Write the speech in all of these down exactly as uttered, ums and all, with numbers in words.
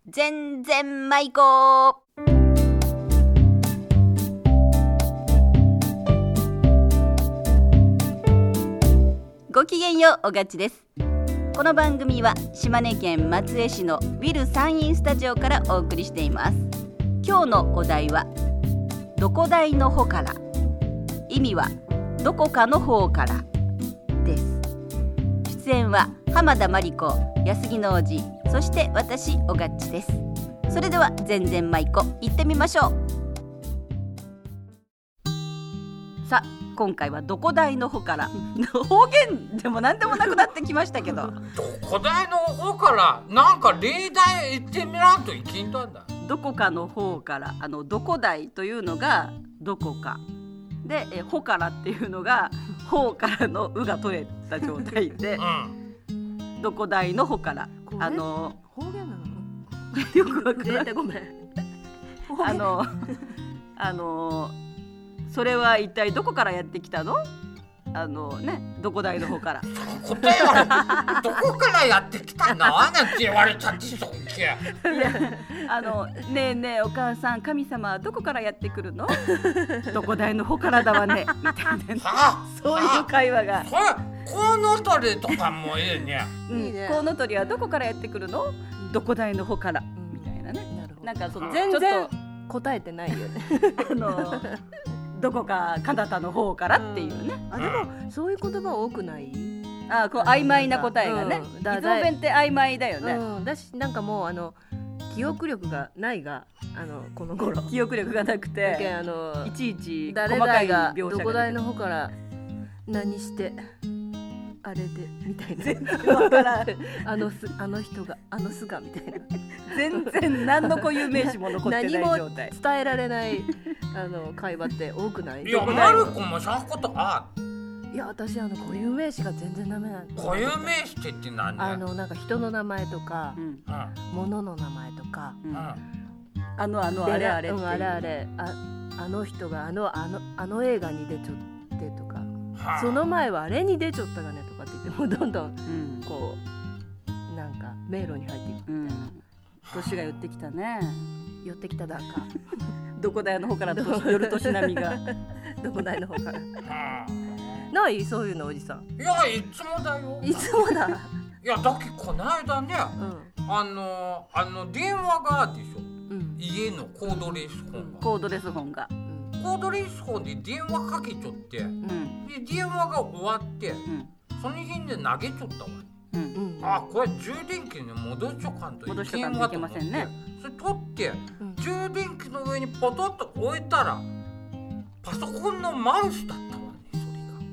全然舞子。ごきげんよう、おがっちです。この番組は島根県松江市のウィル山陰スタジオからお送りしています。今日のお題はどこだいのほから、意味はどこかの方からです。出演は浜田真理子、安木の王子、そして私おがっちです。それでは全然舞子行ってみましょう。さあ、今回はどこだいのほから方言でも何でもなくなってきましたけどどこだいのほからなんか例題言ってみらんといけんだんだ。 どこかの方から、あのどこだいというのがどこかで、えほからっていうのがほからのうが取れた状態で、うん、どこだいのほから、あの方言なのよくわからない。 ごめんあのあのそれは一体どこからやってきたの？あのね、どこだいの方から。 答えはどこからやってきたのなんて言われちゃってそっけ。 いや、あのねえねえお母さん、神様はどこからやってくるの？どこだいの方からだわねみたいな、ね、そういう会話が。 コウノトリとかもいいね。 うん、いいね。コウノトリはどこからやってくるの？どこだいの方から、うん、みたいなね。なるほど。なんかその全然答えてないよね。 あのどこか彼方の方からっていうね、 うん、あでもそういう言葉多くない？ あこう曖昧な答えがね、うん、だいつも弁って曖昧だよね、 うん、だしなんかもうあの記憶力がないがあのこの頃記憶力がなくてあのいちいち細かい描写がどこだいの方から何してあれでみたいな全然わからんあのすあの人があのすがみたいな全然何の固有名詞も残ってない状態、 何も伝えられないあの会話って多くない？ いや、マルコもしたことある。 いや、私あの固有名詞が全然ダメなんだ。固有名詞ってって何ね？ あのなんか人の名前とか、 うん、 物の名前とか、 うん、あのあのあれあれっていう、 うん、あれあれああの人があのあのあの映画に出ちょってとか、はあ、その前はあれに出ちょったがねとかって言ってもどんどん、うん、こうなんか迷路に入っていくみたいな、うん、 年が寄ってきたね。 寄ってきただかどこだいの方から寄る年並みがどこだいの方からないそういうのおじさん。 いや、いつもだよ。 いつもだ。 いや、だけこの間ね、うん、あのあの電話があるでしょ、うん、家のコードレスフォンが、 コードレスフォンが、うん、 コードレスフォンで電話かけちゃって、うん、で電話が終わって、うん、その辺で投げちゃったわ、うん、あ、これ充電器に戻しとかんといけんわと思って、ね、それ取って、うん、充電器の上にポトッと置いたらパソコンのマウスだったわね、それ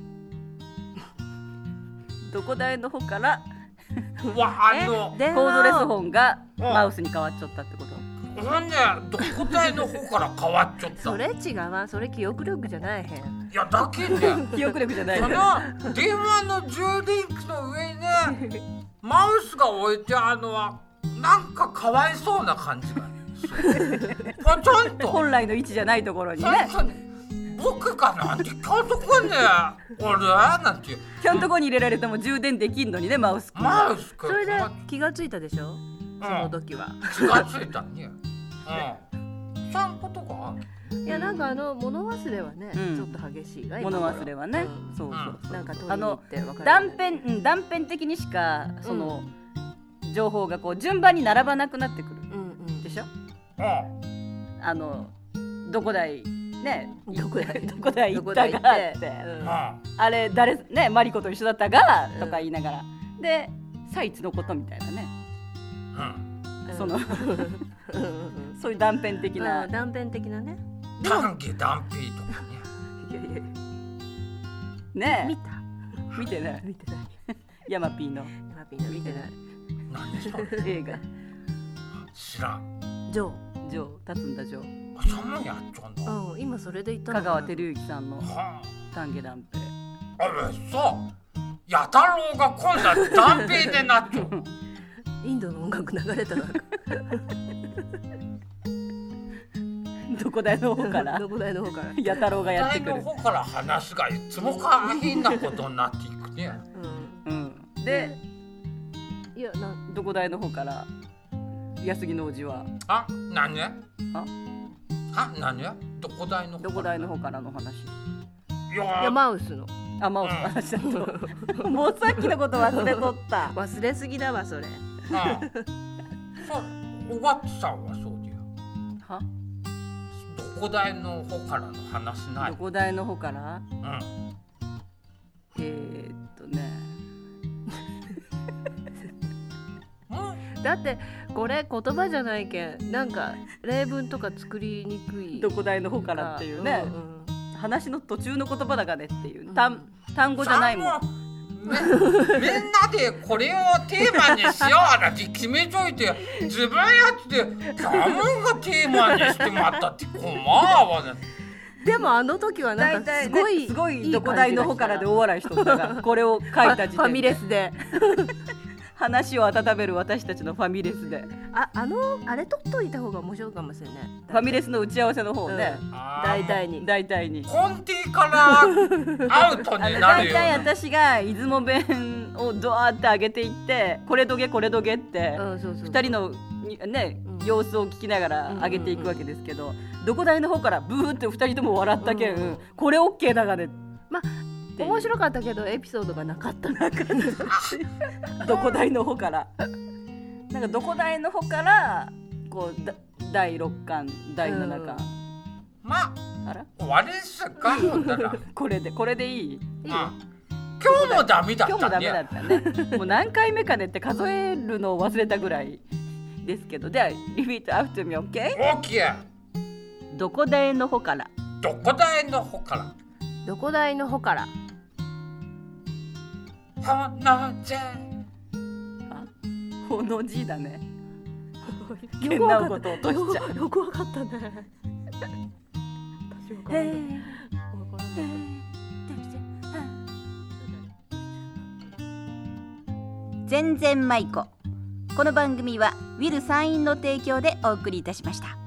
がどこだいの方からわあのコードレスフォンがマウスに変わっちゃったってこと？ なんでどこだいの方から変わっちゃったそれ違うわ、それ記憶力じゃないへん。 いや、だけね記憶力じゃないその電話の充電器の上にねマウスが置いてあるのはなんかかわいそうな感じがちゃんと本来の位置じゃないところにね、 僕かなんてキャンとこに俺なんてキャンとこに入れられても充電できんのにね、マウスくんマウスくんそれで気がついたでしょ、うん、その時は気がついたねうん、ちゃんことかいや、なんかあの物忘れはね、うん、ちょっと激しいが物忘れはね、うん、そうそうそう、 なんか取りに行って分かる、 断片、うん、断片的にしかその、うん、情報がこう順番に並ばなくなってくる、うんうん、でしょ、うん、あのどこだいね、 どこだいどこだい行ったがって、うん、あれ誰ね、マリコと一緒だったが、うん、とか言いながらでさいつのことみたいなね、うん、そのそういう断片的な、 うん、断片的なね、 断下断平とかねいやいやねえ見た見てない見てないヤマピーのヤマピーの見てない何でした映画知らんジョージョー立つんだジョーあ、そんなんやっちゃうんだ、 うん、今それで言ったの香川照之さんの丹下断平、 あれそう弥太郎が今度は断平でなっちゃうインドの音楽流れたらどこだいの方からどこだいの方から弥太郎がやってくるどこだいの方から話がいつもか変なことになっていくね、 うんうん、でいやなどこだいの方から安木の王子は。 あ、何ねあは何ねどこ大のどこ大の方からの話。 いやいやマウスのあマウスの話だと、うん、もうさっきのこと忘れとった忘れすぎだわそれ。 ああそうおばっさんはそうだよ。 はどこ大の方からの話ない。 どこ大の方から、 うん、 えー、っとねだってこれ言葉じゃないけんなんか例文とか作りにくい。 どこ大の方からっていうね、うんうん、話の途中の言葉だがねっていう、うん、単, 単語じゃないもん。 みんなでこれをテーマにしようって決めといて自分やってサムがテーマにしてもらったって困るわね。 でもあの時はなんかすごい、 ね、すごいどこ大の方からで大笑いしとったがこれを書いた時点でファミレスで話を温める私たちのファミレスでああのあれ取っといた方が面白いかもしれない。 ファミレスの打ち合わせの方ね、 うん、大体に大体に根底からアウトになるよ。 大体私が出雲弁をドワーって上げていってこれどげこれどげって、うん、そうそうそうふたりのね、うん、様子を聞きながら上げていくわけですけど、うんうんうん、どこ大の方からブーってふたりとも笑ったけん、うん、これ OK だがね。ま面白かったけどエピソードがなかったなかったどこ大の方からなんかどこ大の方からこうだだいろっかんだいななかん、うん、 まああら終わりですかこれでこれでいい、いいあ今日もダメだったね。 今日もダメだったねもう何回目かねって数えるのを忘れたぐらいですけど、ではリピートアフターミー OK？ OK。 どこ大の方からどこ大の方からどこ大の方からほの字あほの字だねけんなうこと落としちゃう。よくわかったね私わかんない全然舞子。この番組はウィル・サインの提供でお送りいたしました。